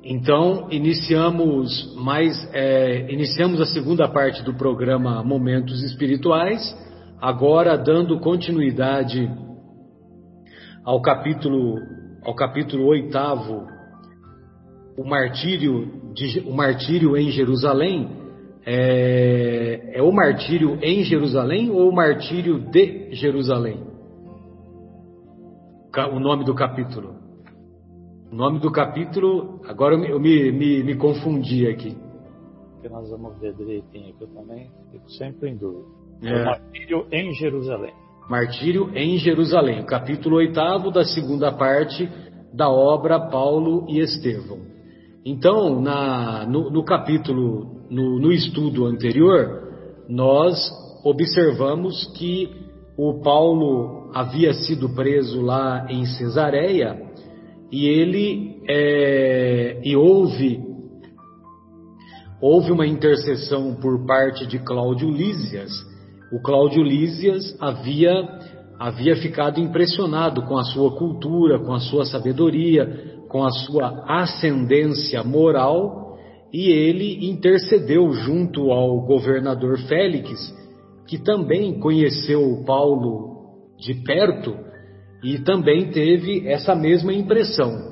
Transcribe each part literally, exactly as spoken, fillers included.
Então, iniciamos mais, é, iniciamos a segunda parte do programa Momentos Espirituais, agora dando continuidade ao capítulo, ao capítulo oitavo, o martírio, de, o martírio em Jerusalém. É, é o martírio em Jerusalém ou o martírio de Jerusalém? O nome do capítulo. O nome do capítulo, agora eu me, eu me, me, me confundi aqui. Que nós vamos ver direitinho aqui, eu também fico sempre em dúvida. É. É. O martírio em Jerusalém. Martírio em Jerusalém, o capítulo oitavo da segunda parte da obra Paulo e Estevão. Então, na, no, no capítulo, no, no estudo anterior, nós observamos que o Paulo havia sido preso lá em Cesareia e ele é, e houve houve uma intercessão por parte de Cláudio Lísias. O Cláudio Lísias havia havia ficado impressionado com a sua cultura, com a sua sabedoria, com a sua ascendência moral, e ele intercedeu junto ao governador Félix, que também conheceu Paulo de perto e também teve essa mesma impressão.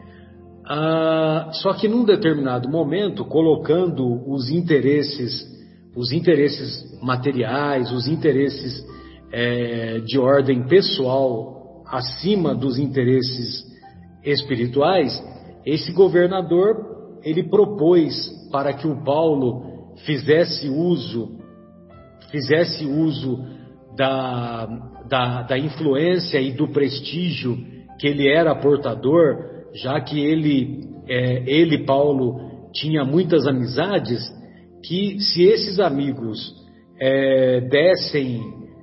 Ah, só que num determinado momento, colocando os interesses, os interesses materiais, os interesses é, de ordem pessoal acima dos interesses espirituais, esse governador, ele propôs para que o Paulo fizesse uso, fizesse uso da, da, da influência e do prestígio que ele era portador, já que ele, é, ele, Paulo, tinha muitas amizades, que se esses amigos é, dessem,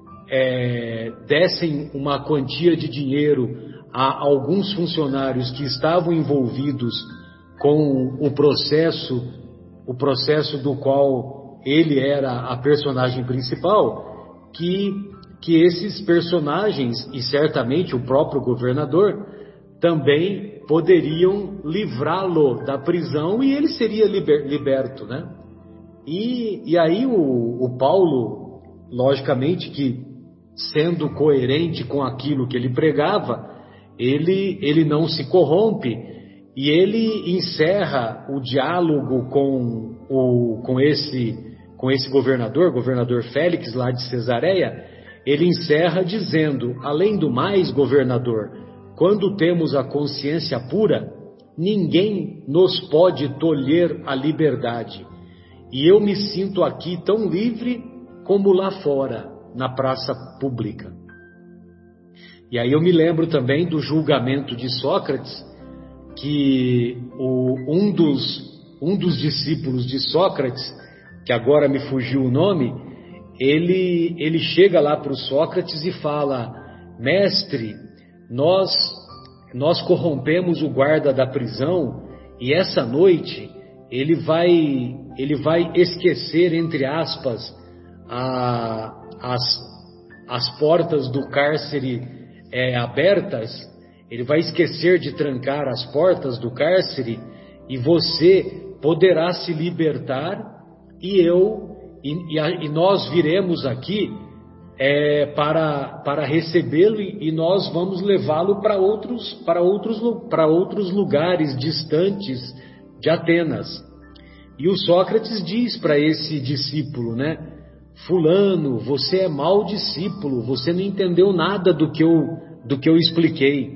é, dessem uma quantia de dinheiro a alguns funcionários que estavam envolvidos com o processo, o processo do qual ele era a personagem principal, que, que esses personagens, e certamente o próprio governador, também poderiam livrá-lo da prisão e ele seria liber, liberto, né? E, e aí o, o Paulo, logicamente que sendo coerente com aquilo que ele pregava, Ele, ele não se corrompe e ele encerra o diálogo com, o, com, esse, com esse governador, governador Félix lá de Cesareia. Ele encerra dizendo: além do mais, governador, quando temos a consciência pura, ninguém nos pode tolher a liberdade. E eu me sinto aqui tão livre como lá fora, na praça pública. E aí eu me lembro também do julgamento de Sócrates, que o, um, dos, um dos discípulos de Sócrates, que agora me fugiu o nome, ele, ele chega lá para o Sócrates e fala: mestre, nós, nós corrompemos o guarda da prisão e essa noite ele vai, ele vai esquecer, entre aspas, a, as, as portas do cárcere É, abertas, ele vai esquecer de trancar as portas do cárcere e você poderá se libertar e eu e, e, e nós viremos aqui é, para, para recebê-lo e, e nós vamos levá-lo para outros, para outros, para outros lugares distantes de Atenas. E o Sócrates diz para esse discípulo, né? Fulano, você é mau discípulo, você não entendeu nada do que eu, do que eu expliquei.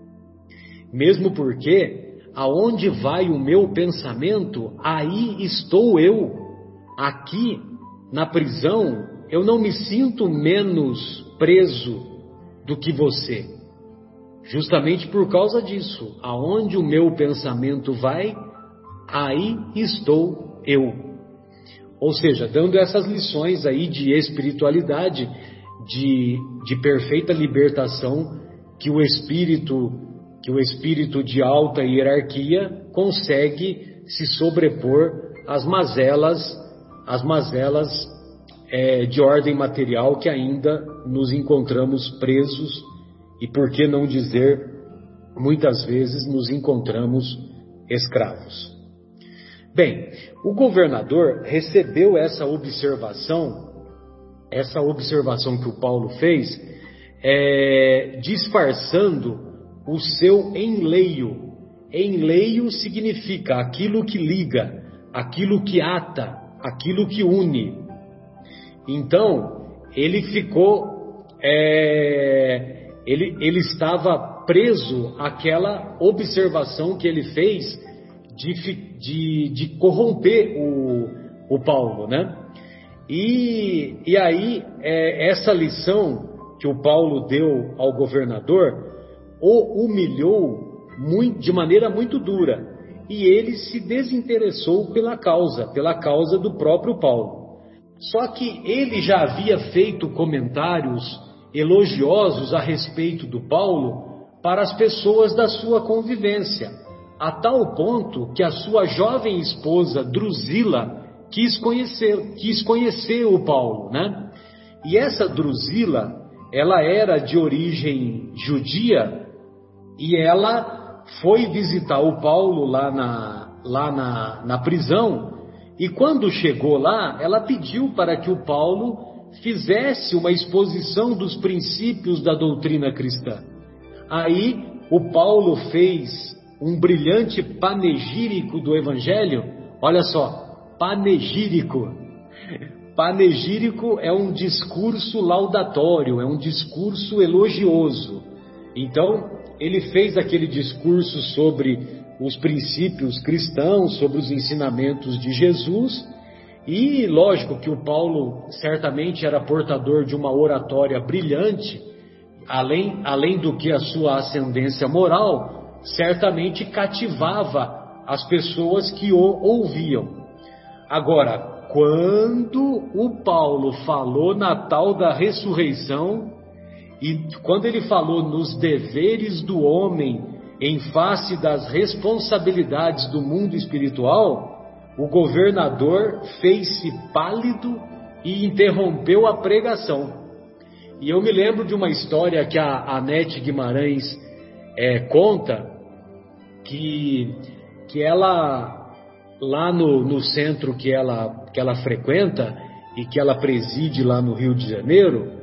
Mesmo porque, aonde vai o meu pensamento, aí estou eu. Aqui, na prisão, eu não me sinto menos preso do que você. Justamente por causa disso, aonde o meu pensamento vai, aí estou eu. Ou seja, dando essas lições aí de espiritualidade, de, de perfeita libertação que o espírito, que o espírito de alta hierarquia consegue se sobrepor às mazelas, às mazelas é, de ordem material que ainda nos encontramos presos e, por que não dizer, muitas vezes nos encontramos escravos. Bem, o governador recebeu essa observação, essa observação que o Paulo fez, é, disfarçando o seu enleio. Enleio significa aquilo que liga, aquilo que ata, aquilo que une. Então, ele ficou, é, ele, ele estava preso àquela observação que ele fez de, de, de corromper o, o Paulo, né? E, e aí, é, essa lição que o Paulo deu ao governador o humilhou muito, de maneira muito dura, e ele se desinteressou pela causa, pela causa do próprio Paulo. Só que ele já havia feito comentários elogiosos a respeito do Paulo para as pessoas da sua convivência, a tal ponto que a sua jovem esposa Drusila quis conhecer, quis conhecer o Paulo, né? E essa Drusila, ela era de origem judia, e ela foi visitar o Paulo lá na, lá na, na prisão, e quando chegou lá, ela pediu para que o Paulo fizesse uma exposição dos princípios da doutrina cristã. Aí o Paulo fez um brilhante panegírico do Evangelho. Olha só, panegírico. Panegírico é um discurso laudatório, é um discurso elogioso. Então, ele fez aquele discurso sobre os princípios cristãos, sobre os ensinamentos de Jesus, e lógico que o Paulo certamente era portador de uma oratória brilhante, além, além do que a sua ascendência moral, certamente cativava as pessoas que o ouviam. Agora, quando o Paulo falou na tal da ressurreição, e quando ele falou nos deveres do homem em face das responsabilidades do mundo espiritual, o governador fez-se pálido e interrompeu a pregação. E eu me lembro de uma história que a Anete Guimarães é, conta, que, que ela, lá no, no centro que ela, que ela frequenta e que ela preside lá no Rio de Janeiro,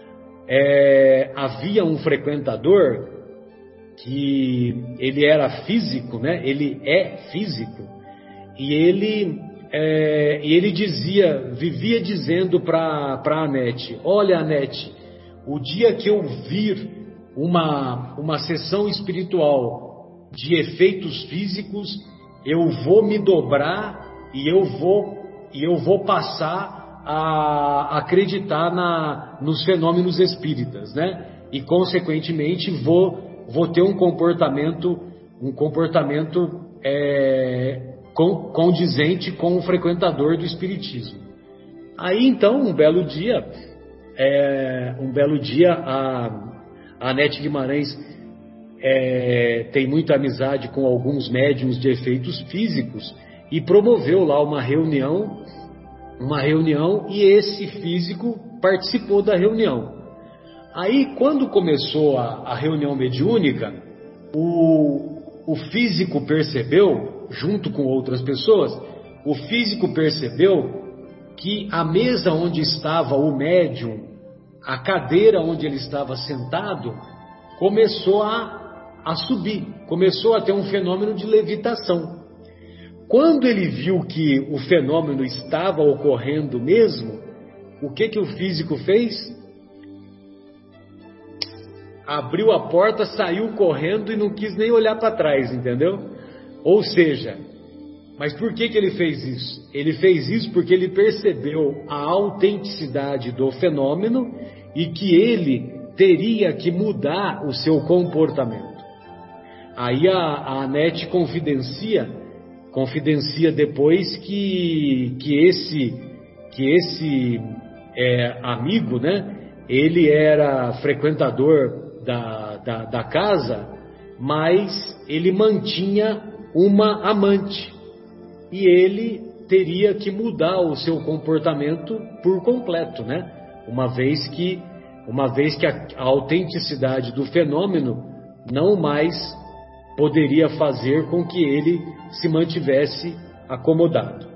é, havia um frequentador que ele era físico, né? Ele é físico, e ele, é, e ele dizia, vivia dizendo para a Anete: olha, Anete, o dia que eu vir uma, uma sessão espiritual de efeitos físicos, eu vou me dobrar e eu vou, e eu vou passar a acreditar na, nos fenômenos espíritas, né? E consequentemente vou, vou ter um comportamento, um comportamento é, com, condizente com o frequentador do espiritismo. Aí então, um belo dia, é, um belo dia a, a Anete Guimarães é, tem muita amizade com alguns médiuns de efeitos físicos e promoveu lá uma reunião uma reunião e esse físico participou da reunião. Aí, quando começou a, a reunião mediúnica, o, o físico percebeu, junto com outras pessoas, o físico percebeu que a mesa onde estava o médium, a cadeira onde ele estava sentado, começou a, a subir, começou a ter um fenômeno de levitação. Quando ele viu que o fenômeno estava ocorrendo mesmo, o que que o físico fez? Abriu a porta, saiu correndo e não quis nem olhar para trás, entendeu? Ou seja, mas por que que ele fez isso? Ele fez isso porque ele percebeu a autenticidade do fenômeno e que ele teria que mudar o seu comportamento. Aí a, a Anete confidencia Confidencia depois que, que esse, que esse é, amigo, né, ele era frequentador da, da, da casa, mas ele mantinha uma amante. E ele teria que mudar o seu comportamento por completo, né? Uma vez que, uma vez que a, a autenticidade do fenômeno não mais poderia fazer com que ele se mantivesse acomodado.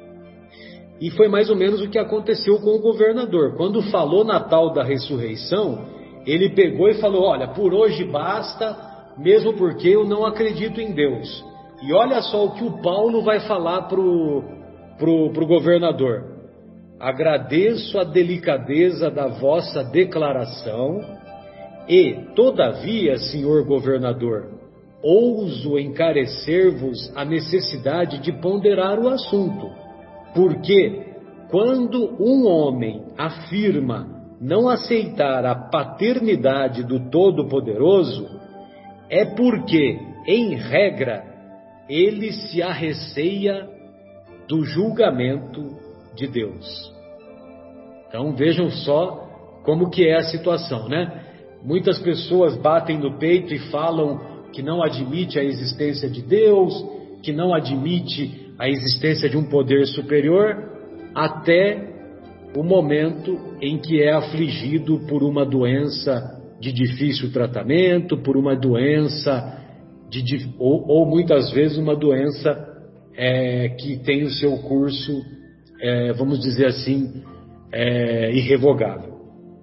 E foi mais ou menos o que aconteceu com o governador. Quando falou na tal da ressurreição, ele pegou e falou: olha, por hoje basta, mesmo porque eu não acredito em Deus. E olha só o que o Paulo vai falar para o pro, pro governador: agradeço a delicadeza da vossa declaração e, todavia, senhor governador, ouso encarecer-vos a necessidade de ponderar o assunto, porque quando um homem afirma não aceitar a paternidade do Todo-Poderoso, é porque, em regra, ele se arreceia do julgamento de Deus. Então vejam só como que é a situação, né? Muitas pessoas batem no peito e falam que não admite a existência de Deus, que não admite a existência de um poder superior, até o momento em que é afligido por uma doença de difícil tratamento, por uma doença, de, ou, ou muitas vezes uma doença é, que tem o seu curso, é, vamos dizer assim, é, irrevogável.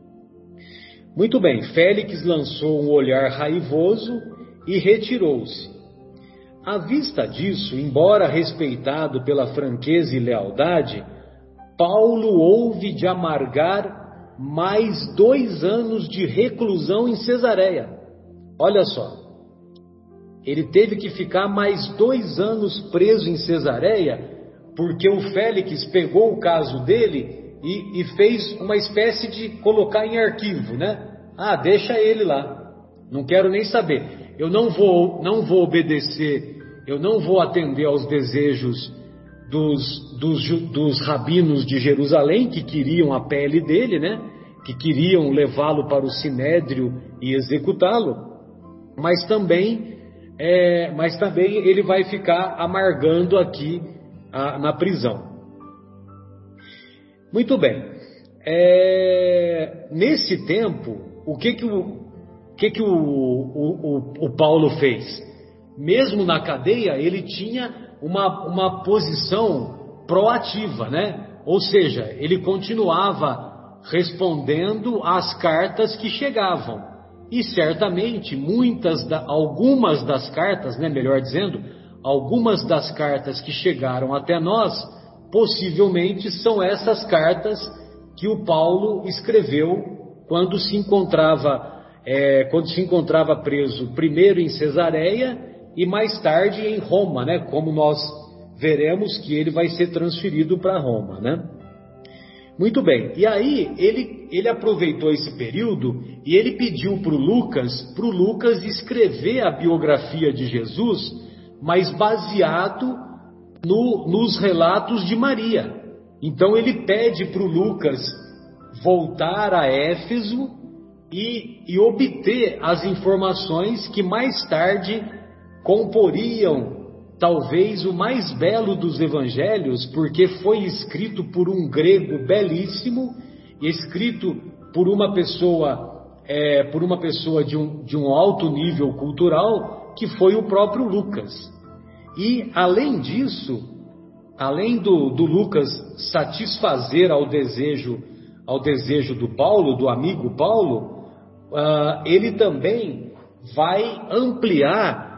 Muito bem, Félix lançou um olhar raivoso e retirou-se. À vista disso, embora respeitado pela franqueza e lealdade, Paulo houve de amargar mais dois anos de reclusão em Cesareia. Olha só, ele teve que ficar mais dois anos preso em Cesareia, porque o Félix pegou o caso dele e, e fez uma espécie de colocar em arquivo, né? Ah, deixa ele lá, não quero nem saber. Eu não vou, não vou obedecer, eu não vou atender aos desejos dos, dos, dos rabinos de Jerusalém, que queriam a pele dele, né? Que queriam levá-lo para o sinédrio e executá-lo, mas também, é, mas também ele vai ficar amargando aqui a, na prisão. Muito bem. É, nesse tempo, o que que o, o, que que o, o, o, o Paulo fez? Mesmo na cadeia, ele tinha uma, uma posição proativa, né? Ou seja, ele continuava respondendo às cartas que chegavam. E certamente muitas, da, algumas das cartas, né, melhor dizendo, algumas das cartas que chegaram até nós, possivelmente são essas cartas que o Paulo escreveu quando se encontrava, é, quando se encontrava preso, primeiro em Cesareia e mais tarde em Roma, né? Como nós veremos que ele vai ser transferido para Roma, né? Muito bem, e aí ele, ele aproveitou esse período e ele pediu para o Lucas, para o Lucas escrever a biografia de Jesus, mas baseado no, nos relatos de Maria. Então ele pede para o Lucas voltar a Éfeso e, e obter as informações que mais tarde comporiam talvez o mais belo dos evangelhos, porque foi escrito por um grego belíssimo, escrito por uma pessoa, é, por uma pessoa de um, de um alto nível cultural, que foi o próprio Lucas. E além disso, além do, do Lucas satisfazer ao desejo, ao desejo do Paulo, do amigo Paulo, uh, ele também vai ampliar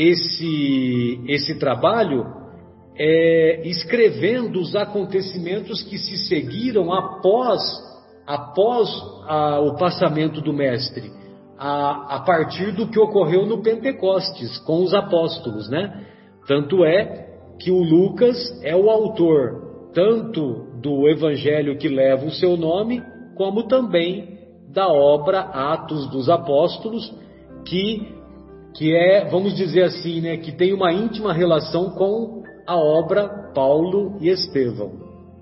esse, esse trabalho, é, escrevendo os acontecimentos que se seguiram após, após a, o passamento do Mestre, a, a partir do que ocorreu no Pentecostes, com os apóstolos, né? Tanto é que o Lucas é o autor tanto do evangelho que leva o seu nome, como também da obra Atos dos Apóstolos, que que é, vamos dizer assim, né, que tem uma íntima relação com a obra Paulo e Estevão.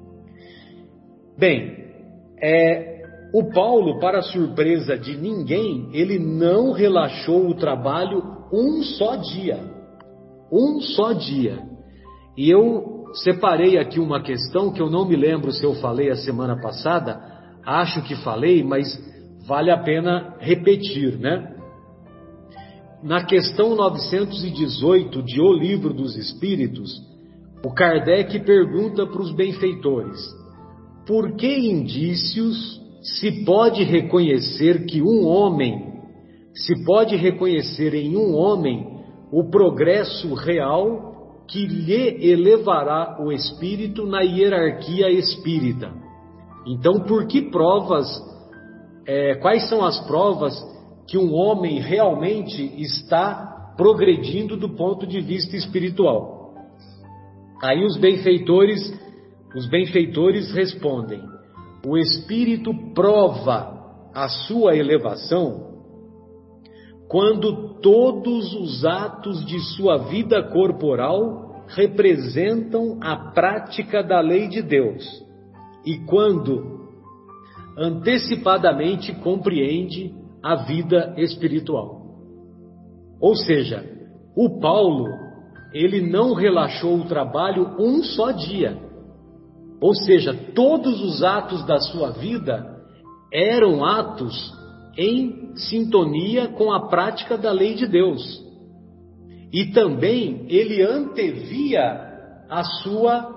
Bem, é, o Paulo, para surpresa de ninguém, ele não relaxou o trabalho um só dia. Um só dia. E eu separei aqui uma questão que eu não me lembro se eu falei a semana passada, acho que falei, mas vale a pena repetir, né? na questão novecentos e dezoito de O Livro dos Espíritos, o Kardec pergunta para os benfeitores: por que indícios se pode reconhecer que um homem, se pode reconhecer em um homem o progresso real que lhe elevará o espírito na hierarquia espírita? Então, por que provas, é, quais são as provas que um homem realmente está progredindo do ponto de vista espiritual? Aí os benfeitores, os benfeitores respondem: o espírito prova a sua elevação quando todos os atos de sua vida corporal representam a prática da lei de Deus e quando antecipadamente compreende a vida espiritual. Ou seja, o Paulo, ele não relaxou o trabalho um só dia. Ou seja, todos os atos da sua vida eram atos em sintonia com a prática da lei de Deus. E também ele antevia a sua,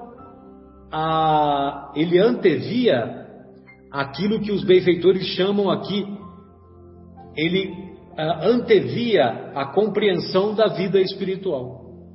a, ele antevia aquilo que os benfeitores chamam aqui, ele a, antevia a compreensão da vida espiritual.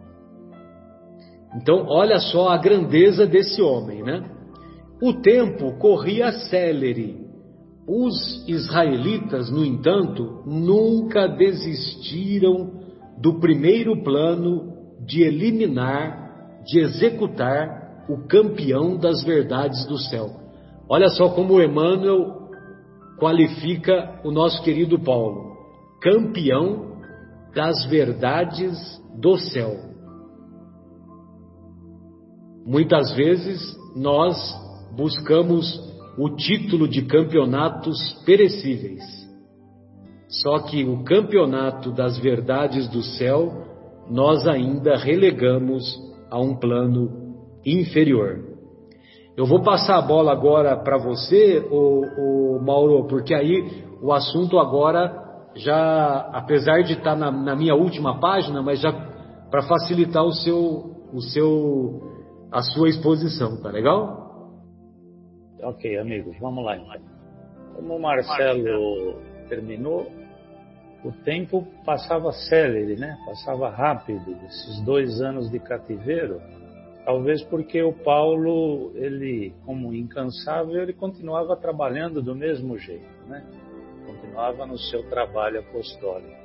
Então, olha só a grandeza desse homem, né? O tempo corria célere. Os israelitas, no entanto, nunca desistiram do primeiro plano de eliminar, de executar o campeão das verdades do céu. Olha só como Emmanuel qualifica o nosso querido Paulo: campeão das verdades do céu. Muitas vezes nós buscamos o título de campeonatos perecíveis. Só que o campeonato das verdades do céu nós ainda relegamos a um plano inferior. Eu vou passar a bola agora para você, ô, ô Mauro, porque aí o assunto agora já, apesar de estar na, na minha última página, mas já para facilitar o seu, o seu, a sua exposição, tá legal? Ok, amigos, vamos lá. Como o Marcelo terminou, o tempo passava célere, né? Passava rápido, esses dois anos de cativeiro, talvez porque o Paulo, ele, como incansável, ele continuava trabalhando do mesmo jeito, né? Continuava no seu trabalho apostólico.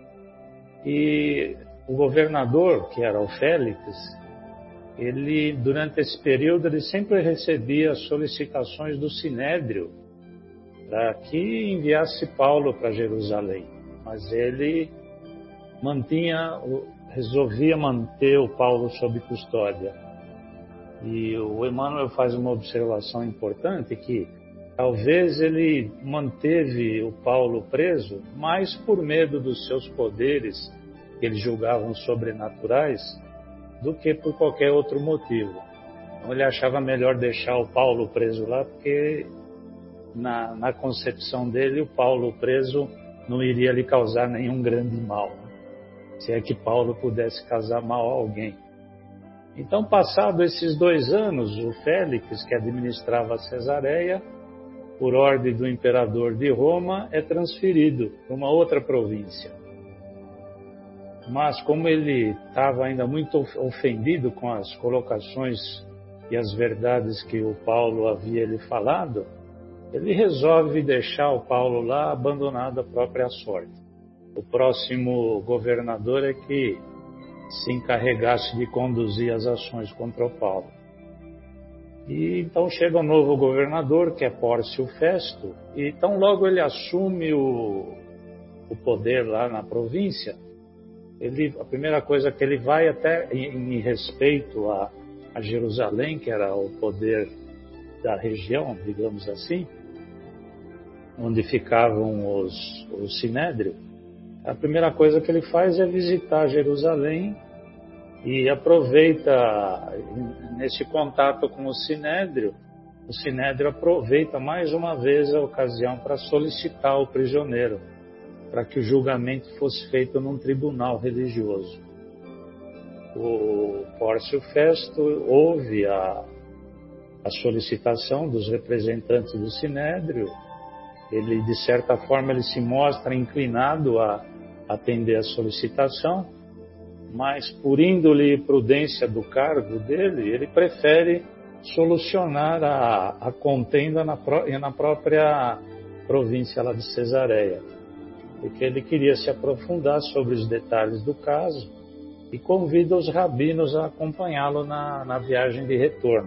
E o governador, que era o Félix, ele, durante esse período, ele sempre recebia solicitações do Sinédrio para que enviasse Paulo para Jerusalém. Mas ele mantinha, resolvia manter o Paulo sob custódia. E o Emmanuel faz uma observação importante, que talvez ele manteve o Paulo preso mais por medo dos seus poderes, que eles julgavam sobrenaturais, do que por qualquer outro motivo. Então ele achava melhor deixar o Paulo preso lá, porque na, na concepção dele o Paulo preso não iria lhe causar nenhum grande mal, se é que Paulo pudesse causar mal a alguém. Então, passado esses dois anos, o Félix, que administrava a Cesareia, por ordem do imperador de Roma, é transferido para uma outra província. Mas como ele estava ainda muito ofendido com as colocações e as verdades que o Paulo havia lhe falado, ele resolve deixar o Paulo lá abandonado à própria sorte. O próximo governador é que se encarregasse de conduzir as ações contra o Paulo. E então chega um novo governador, que é Pórcio Festo, e então logo ele assume o, o poder lá na província. Ele, a primeira coisa que ele vai, até em, em respeito a, a Jerusalém, que era o poder da região, digamos assim, onde ficavam os, os Sinédrio, a primeira coisa que ele faz é visitar Jerusalém e aproveita, nesse contato com o Sinédrio, o Sinédrio aproveita mais uma vez a ocasião para solicitar o prisioneiro, para que o julgamento fosse feito num tribunal religioso. O Pórcio Festo ouve a, a solicitação dos representantes do Sinédrio. Ele, de certa forma, ele se mostra inclinado a atender a solicitação, mas por índole e prudência do cargo dele, ele prefere solucionar a, a contenda na, na própria província lá de Cesareia, porque ele queria se aprofundar sobre os detalhes do caso e convida os rabinos a acompanhá-lo na, na viagem de retorno.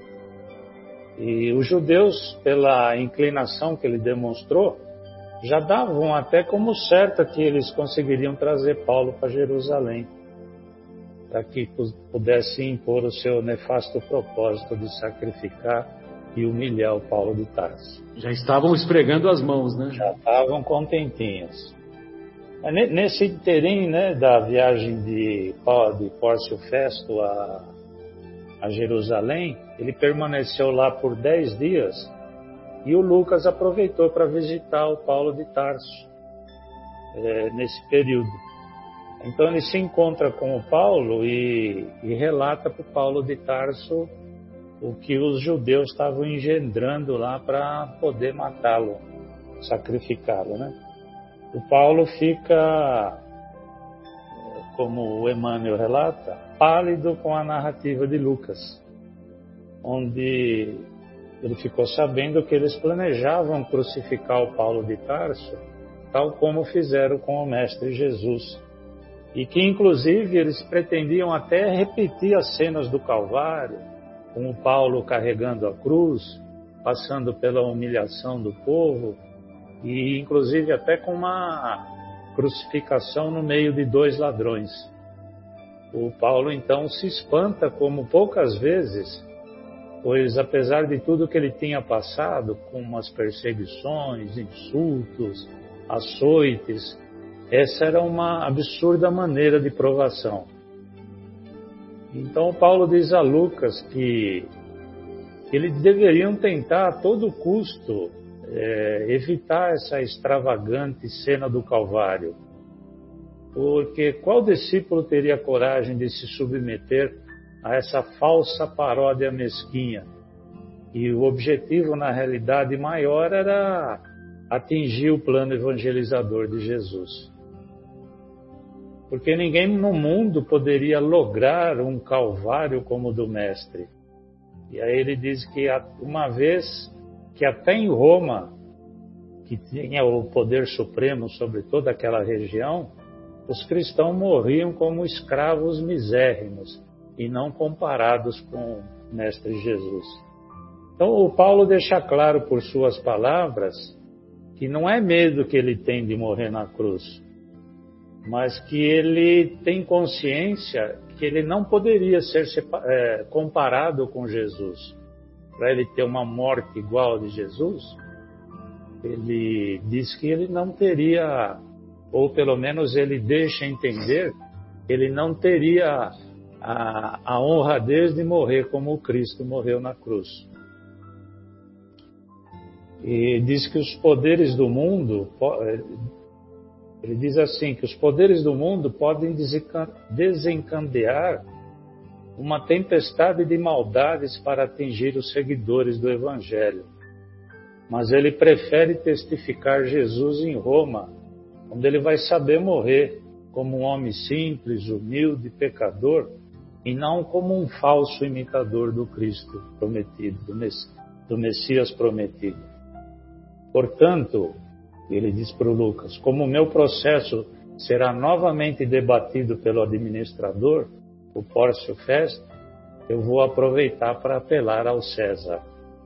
E os judeus, pela inclinação que ele demonstrou, já davam até como certa que eles conseguiriam trazer Paulo para Jerusalém, para que pudesse impor o seu nefasto propósito de sacrificar e humilhar o Paulo de Tarso. Já estavam esfregando as mãos, né? Já estavam contentinhos. Nesse interim, né, da viagem de, de Pórcio Festo a, a Jerusalém, ele permaneceu lá por dez dias e o Lucas aproveitou para visitar o Paulo de Tarso é, nesse período. Então ele se encontra com o Paulo e, e relata para o Paulo de Tarso o que os judeus estavam engendrando lá para poder matá-lo, sacrificá-lo, né? O Paulo fica, como o Emmanuel relata, pálido com a narrativa de Lucas, onde ele ficou sabendo que eles planejavam crucificar o Paulo de Tarso, tal como fizeram com o Mestre Jesus, e que inclusive eles pretendiam até repetir as cenas do Calvário, com o Paulo carregando a cruz, passando pela humilhação do povo, e inclusive até com uma crucificação no meio de dois ladrões. O Paulo então se espanta como poucas vezes, pois apesar de tudo que ele tinha passado, com as perseguições, insultos, açoites, essa era uma absurda maneira de provação. Então Paulo diz a Lucas que eles deveriam tentar a todo custo é, evitar essa extravagante cena do Calvário, porque qual discípulo teria coragem de se submeter a essa falsa paródia mesquinha? E o objetivo, na realidade, maior era atingir o plano evangelizador de Jesus. Porque ninguém no mundo poderia lograr um calvário como o do Mestre. E aí ele diz que uma vez que até em Roma, que tinha o poder supremo sobre toda aquela região, os cristãos morriam como escravos misérrimos e não comparados com o Mestre Jesus. Então o Paulo deixa claro por suas palavras que não é medo que ele tem de morrer na cruz, mas que ele tem consciência que ele não poderia ser é, comparado com Jesus. Para ele ter uma morte igual a de Jesus, ele diz que ele não teria, ou pelo menos ele deixa entender, ele não teria a, a honradez de morrer como o Cristo morreu na cruz. E diz que os poderes do mundo, ele diz assim, que os poderes do mundo podem desencadear uma tempestade de maldades para atingir os seguidores do Evangelho. Mas ele prefere testificar Jesus em Roma, onde ele vai saber morrer como um homem simples, humilde, pecador, e não como um falso imitador do Cristo prometido, do Messias prometido. Portanto, ele diz para o Lucas, como o meu processo será novamente debatido pelo administrador, o Pórcio Festo, eu vou aproveitar para apelar ao César.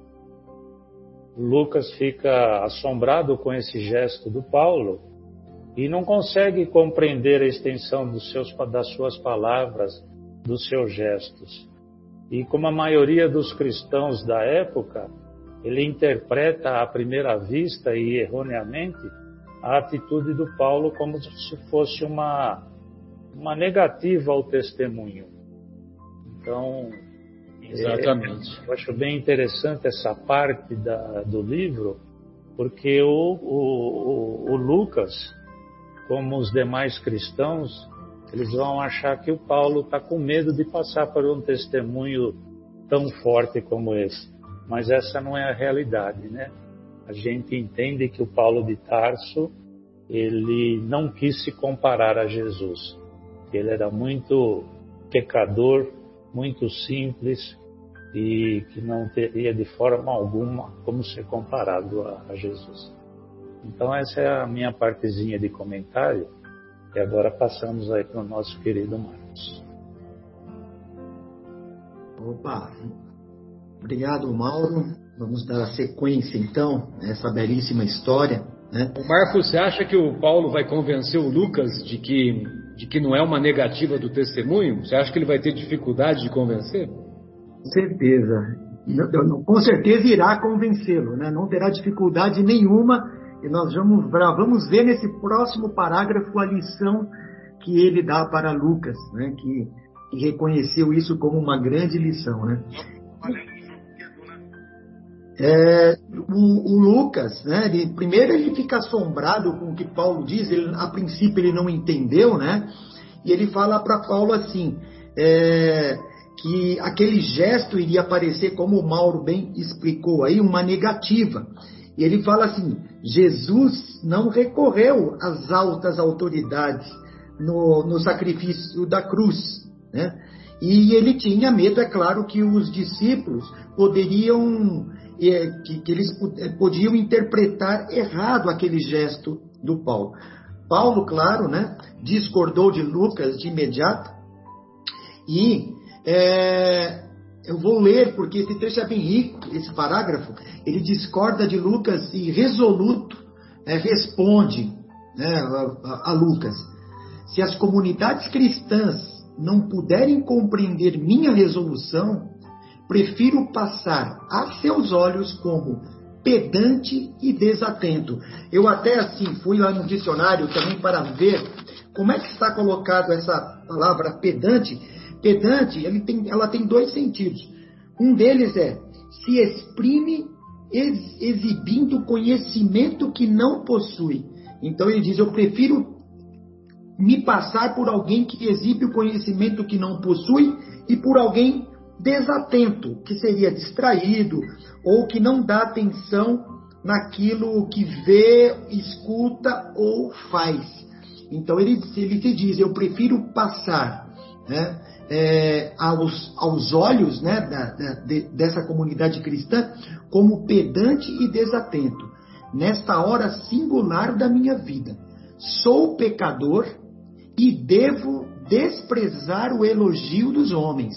Lucas fica assombrado com esse gesto do Paulo e não consegue compreender a extensão dos seus, das suas palavras, dos seus gestos. E como a maioria dos cristãos da época, ele interpreta à primeira vista e erroneamente a atitude do Paulo como se fosse uma, uma negativa ao testemunho. Então, exatamente. É, eu acho bem interessante essa parte da, do livro, porque o, o, o, o Lucas, como os demais cristãos, eles vão achar que o Paulo está com medo de passar por um testemunho tão forte como esse. Mas essa não é a realidade, né? A gente entende que o Paulo de Tarso, ele não quis se comparar a Jesus. Ele era muito pecador, muito simples e que não teria de forma alguma como ser comparado a, a Jesus. Então essa é a minha partezinha de comentário e agora passamos aí para o nosso querido Marcos. Opa, obrigado, Mauro. Vamos dar sequência então a essa belíssima história, né? O Marcos, você acha que o Paulo vai convencer o Lucas de que, de que não é uma negativa do testemunho? Você acha que ele vai ter dificuldade de convencer? Com certeza. Com certeza irá convencê-lo, né? Não terá dificuldade nenhuma. E nós vamos, vamos ver nesse próximo parágrafo a lição que ele dá para Lucas, né? Que, que reconheceu isso como uma grande lição, né? É, o, o Lucas, né, ele, primeiro ele fica assombrado com o que Paulo diz, ele, a princípio ele não entendeu, né, e ele fala para Paulo assim, é, que aquele gesto iria parecer, como o Mauro bem explicou aí, uma negativa. E ele fala assim, Jesus não recorreu às altas autoridades no, no sacrifício da cruz, né, e ele tinha medo, é claro, que os discípulos poderiam... Que, que eles podiam interpretar errado aquele gesto do Paulo. Paulo, claro, né, discordou de Lucas de imediato, e é, eu vou ler, porque esse trecho é bem rico, esse parágrafo, ele discorda de Lucas e resoluto é, responde, né, a, a Lucas. Se as comunidades cristãs não puderem compreender minha resolução, prefiro passar a seus olhos como pedante e desatento. Eu até assim fui lá no dicionário também para ver como é que está colocado essa palavra pedante. Pedante, ele tem, ela tem dois sentidos. Um deles é se exprime ex, exibindo conhecimento que não possui. Então ele diz, eu prefiro me passar por alguém que exibe o conhecimento que não possui e por alguém desatento, que seria distraído ou que não dá atenção naquilo que vê, escuta ou faz. Então ele, ele te diz, eu prefiro passar, né, é, aos, aos olhos, né, da, da, de, dessa comunidade cristã como pedante e desatento, nesta hora singular da minha vida. Sou pecador e devo desprezar o elogio dos homens.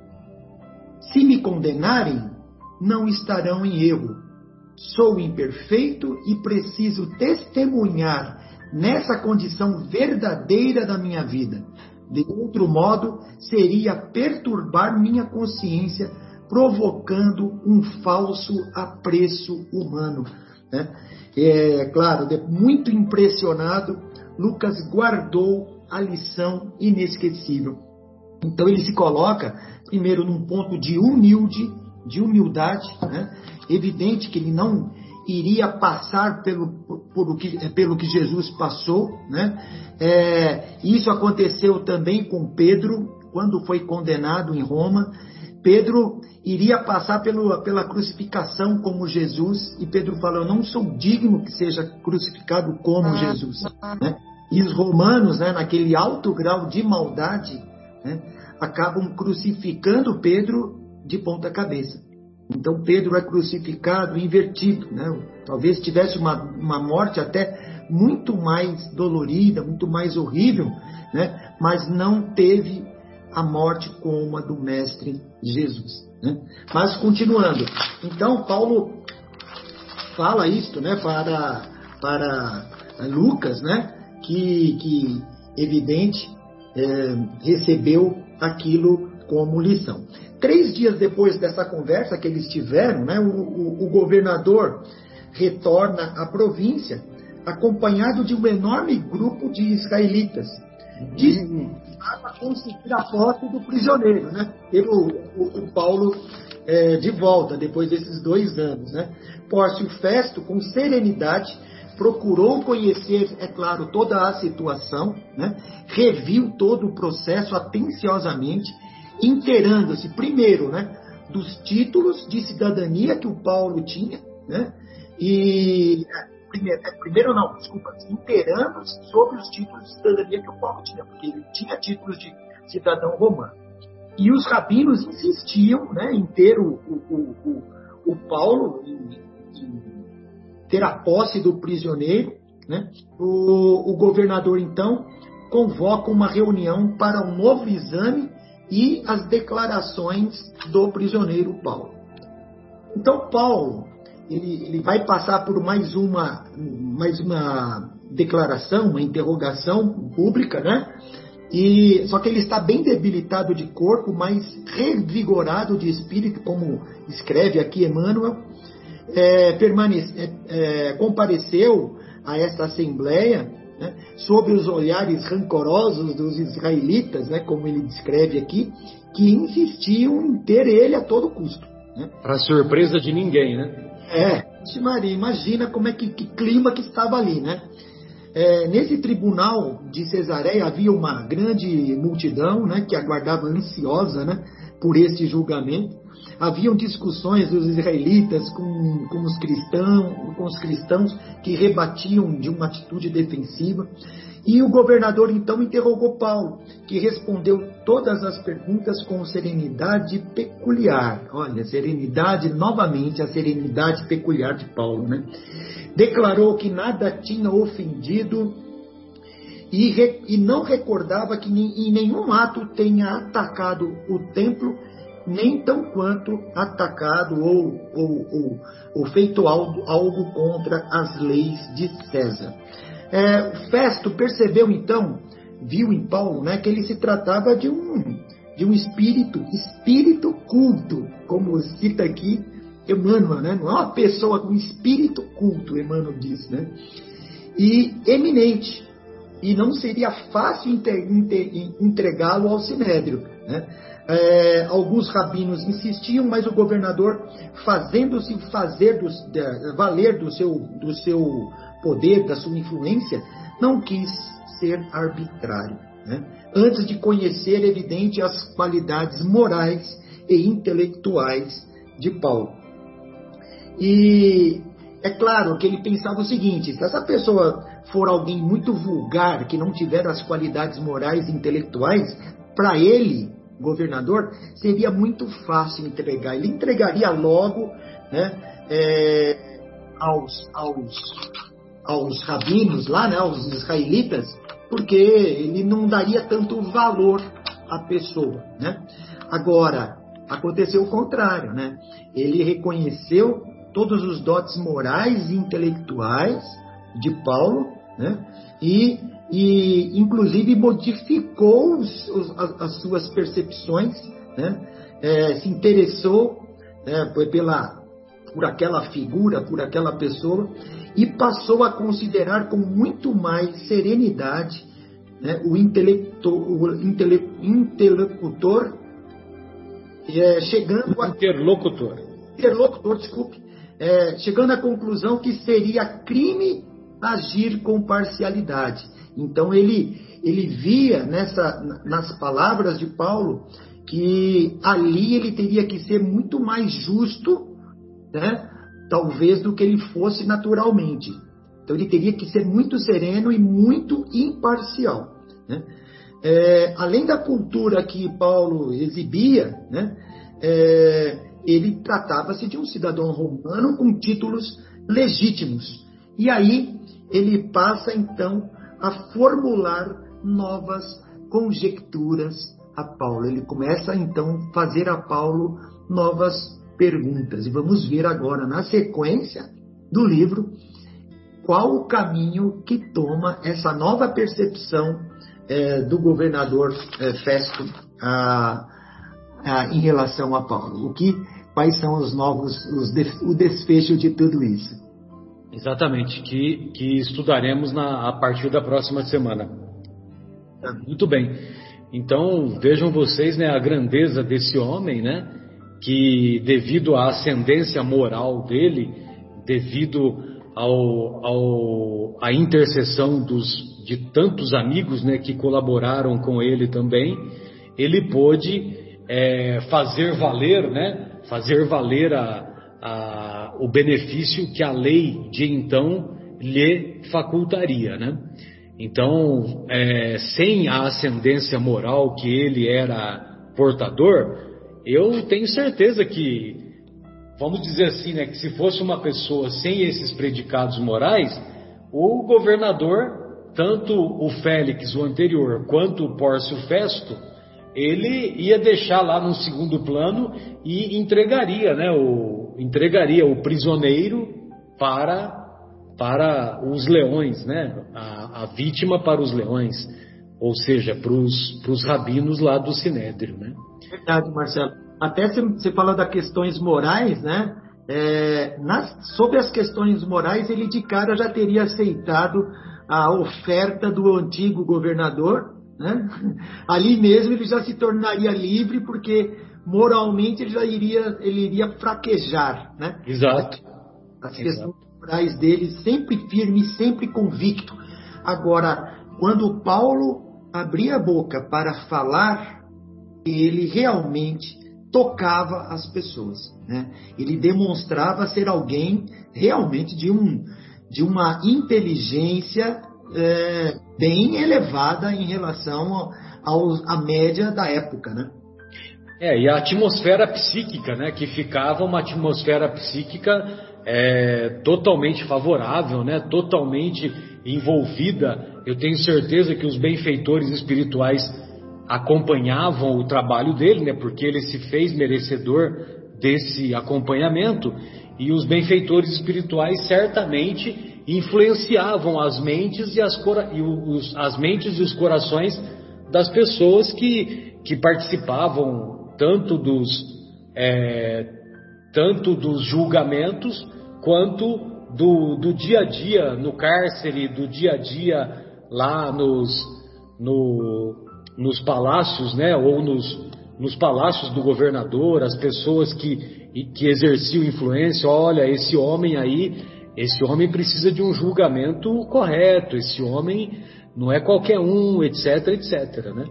Se me condenarem, não estarão em erro. Sou imperfeito e preciso testemunhar nessa condição verdadeira da minha vida. De outro modo, seria perturbar minha consciência, provocando um falso apreço humano. Né? É claro, muito impressionado, Lucas guardou a lição inesquecível. Então ele se coloca, primeiro, num ponto de humilde, de humildade, né? Evidente que ele não iria passar pelo, por, por o que, pelo que Jesus passou, né? É, isso aconteceu também com Pedro, quando foi condenado em Roma. Pedro iria passar pelo, pela crucificação como Jesus, e Pedro fala, eu não sou digno que seja crucificado como Jesus. Né? E os romanos, né, naquele alto grau de maldade, né, acabam crucificando Pedro de ponta cabeça. Então Pedro é crucificado invertido, né? Talvez tivesse uma, uma morte até muito mais dolorida, muito mais horrível, né? Mas não teve a morte como a do Mestre Jesus. Né? Mas continuando, então Paulo fala isto, né, para, para Lucas, né, que, que evidente, é, recebeu aquilo como lição. Três dias depois dessa conversa que eles tiveram, né, o, o, o governador retorna à província acompanhado de um enorme grupo de israelitas. Diz para conseguir a foto do prisioneiro, né? Pelo o, o Paulo é, de volta, depois desses dois anos, né? Pórcio Festo, com serenidade, procurou conhecer, é claro, toda a situação, né? Reviu todo o processo atenciosamente, inteirando-se, primeiro, né, dos títulos de cidadania que o Paulo tinha, né? E primeiro, primeiro não, desculpa, inteirando-se sobre os títulos de cidadania que o Paulo tinha, porque ele tinha títulos de cidadão romano. E os rabinos insistiam, né, em ter o, o, o, o Paulo, em, em ter a posse do prisioneiro, né? O, o governador, então, convoca uma reunião para um novo exame e as declarações do prisioneiro Paulo. Então, Paulo, ele, ele vai passar por mais uma, mais uma declaração, uma interrogação pública, né? E, só que ele está bem debilitado de corpo, mas revigorado de espírito, como escreve aqui Emmanuel. É, permanece, é, é, compareceu a esta assembleia, né, sob os olhares rancorosos dos israelitas, né, como ele descreve aqui, que insistiam em ter ele a todo custo. Né? Para surpresa de ninguém, né? É, Maria, imagina como é que, que clima que estava ali, né? É, nesse tribunal de Cesareia havia uma grande multidão, né, que aguardava ansiosa, né, por esse julgamento. Haviam discussões dos israelitas com, com, os cristãos, com os cristãos que rebatiam de uma atitude defensiva. E o governador então interrogou Paulo, que respondeu todas as perguntas com serenidade peculiar. Olha, serenidade, novamente a serenidade peculiar de Paulo, né? Declarou que nada tinha ofendido e, re, e não recordava que em nenhum ato tenha atacado o templo, nem tão quanto atacado ou, ou, ou, ou feito algo, algo contra as leis de César. É, Festo percebeu então, viu em Paulo, né, que ele se tratava de um, de um espírito, espírito culto, como cita aqui Emmanuel, né? Não é uma pessoa com espírito culto, Emmanuel diz, né? E eminente, e não seria fácil entregá-lo ao Sinédrio, né? É, alguns rabinos insistiam, mas o governador, fazendo-se fazer dos, de, valer do seu, do seu poder, da sua influência, não quis ser arbitrário, né? Antes de conhecer, evidente, as qualidades morais e intelectuais de Paulo. E é claro que ele pensava o seguinte: se essa pessoa for alguém muito vulgar, que não tiver as qualidades morais e intelectuais, para ele, governador, seria muito fácil entregar. Ele entregaria logo, né, é, aos, aos, aos rabinos lá, né, aos israelitas, porque ele não daria tanto valor à pessoa, né? Agora, aconteceu o contrário, né? Ele reconheceu todos os dotes morais e intelectuais de Paulo, né? E, e inclusive modificou os, os, as suas percepções, né? É, se interessou, né, pela, por aquela figura, por aquela pessoa, e passou a considerar com muito mais serenidade, né, o, intelecto, o intele, interlocutor, é, chegando a... Interlocutor. Interlocutor, desculpe. É, chegando à conclusão que seria crime agir com parcialidade. Então ele, ele via nessa, nas palavras de Paulo que ali ele teria que ser muito mais justo, né, talvez, do que ele fosse naturalmente. Então ele teria que ser muito sereno e muito imparcial, né? É, além da cultura que Paulo exibia, né, é, ele tratava-se de um cidadão romano com títulos legítimos. E aí ele passa, então, a formular novas conjecturas a Paulo. Ele começa, então, a fazer a Paulo novas perguntas. E vamos ver agora, na sequência do livro, qual o caminho que toma essa nova percepção é, do governador é, Festo a, a, em relação a Paulo. O que, quais são os novos, os de, o desfecho de tudo isso? Exatamente, que, que estudaremos na, a partir da próxima semana. Muito bem. Então, vejam vocês, né, a grandeza desse homem, né, que devido à ascendência moral dele, devido ao, ao, à intercessão dos, de tantos amigos, né, que colaboraram com ele também, ele pôde é, fazer valer, né, fazer valer a, a, o benefício que a lei de então lhe facultaria, né? Então, é, sem a ascendência moral que ele era portador, eu tenho certeza que, vamos dizer assim, né, que se fosse uma pessoa sem esses predicados morais, o governador, tanto o Félix, o anterior, quanto o Pórcio Festo, ele ia deixar lá no segundo plano e entregaria, né, o, entregaria o prisioneiro para, para os leões, né, a, a vítima para os leões, ou seja, para os, para os rabinos lá do Sinédrio, né? Verdade, Marcelo. Até você fala das questões morais, né? É, nas, sobre as questões morais, ele de cara já teria aceitado a oferta do antigo governador, né? Ali mesmo ele já se tornaria livre, porque moralmente ele já iria, ele iria fraquejar, né? Exato. As questões morais dele sempre firme, sempre convicto. Agora, quando Paulo abria a boca para falar, ele realmente tocava as pessoas, né? Ele demonstrava ser alguém realmente de, um, de uma inteligência é, bem elevada em relação à média da época, né? É, e a atmosfera psíquica, né, que ficava uma atmosfera psíquica é, totalmente favorável, né, totalmente envolvida. Eu tenho certeza que os benfeitores espirituais acompanhavam o trabalho dele, né, porque ele se fez merecedor desse acompanhamento, e os benfeitores espirituais certamente influenciavam as mentes e as, cora- e os, as mentes e os corações das pessoas que, que participavam tanto dos, é, tanto dos julgamentos quanto do, do dia a dia no cárcere, do dia a dia lá nos, no, nos palácios, né, ou nos, nos palácios do governador, as pessoas que, que exerciam influência. Olha, esse homem aí, esse homem precisa de um julgamento correto, esse homem não é qualquer um, etc, etc, né?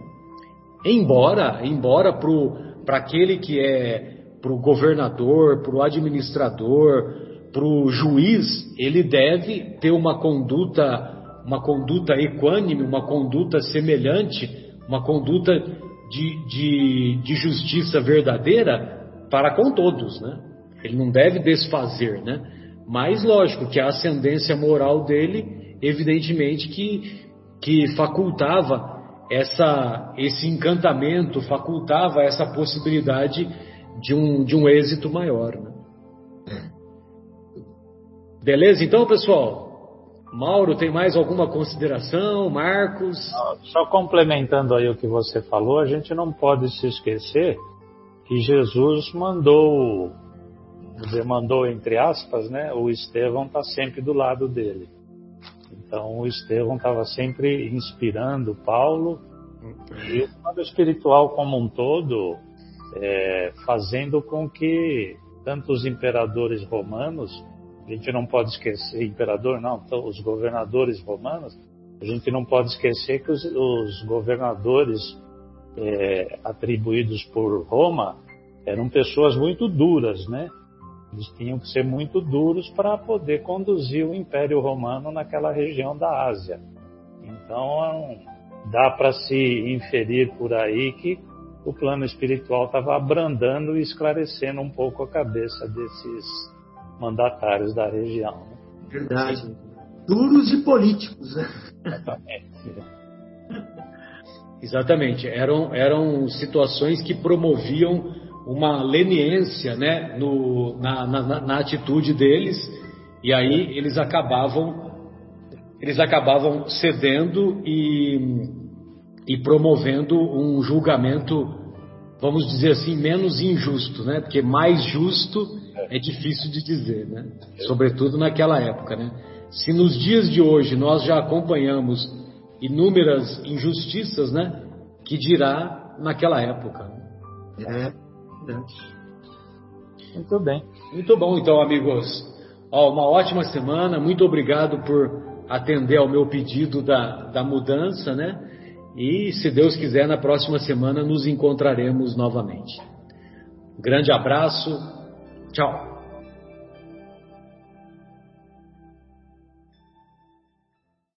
Embora, embora para aquele que é para o governador, para o administrador, para o juiz, ele deve ter uma conduta, uma conduta equânime, uma conduta semelhante, uma conduta de, de, de justiça verdadeira para com todos, né? Ele não deve desfazer, né? Mas lógico que a ascendência moral dele, evidentemente que, que facultava essa, esse encantamento, facultava essa possibilidade de um, de um êxito maior, né? Beleza? Então, pessoal, Mauro, tem mais alguma consideração? Marcos? Só complementando aí o que você falou, a gente não pode se esquecer que Jesus mandou, quer dizer, mandou entre aspas, né? O Estevão está sempre do lado dele. Então, o Estevão estava sempre inspirando Paulo e o mundo espiritual como um todo, é, fazendo com que tanto os imperadores romanos, a gente não pode esquecer, imperador não, então, os governadores romanos, a gente não pode esquecer que os, os governadores é, atribuídos por Roma eram pessoas muito duras, né? Eles tinham que ser muito duros para poder conduzir o Império Romano naquela região da Ásia. Então, dá para se inferir por aí que o plano espiritual estava abrandando e esclarecendo um pouco a cabeça desses mandatários da região. Verdade. Duros e políticos, né? Exatamente. Exatamente. Eram, eram situações que promoviam uma leniência, né, no, na, na, na atitude deles, e aí eles acabavam, eles acabavam cedendo e, e promovendo um julgamento, vamos dizer assim, menos injusto, né? Porque mais justo é difícil de dizer, né? Sobretudo naquela época, né? Se nos dias de hoje nós já acompanhamos inúmeras injustiças, né? Que dirá naquela época. É. Muito bem. Muito bom, então, amigos. Ó, uma ótima semana, muito obrigado por atender ao meu pedido da, da mudança, né? E, se Deus quiser, na próxima semana nos encontraremos novamente. Grande abraço, tchau!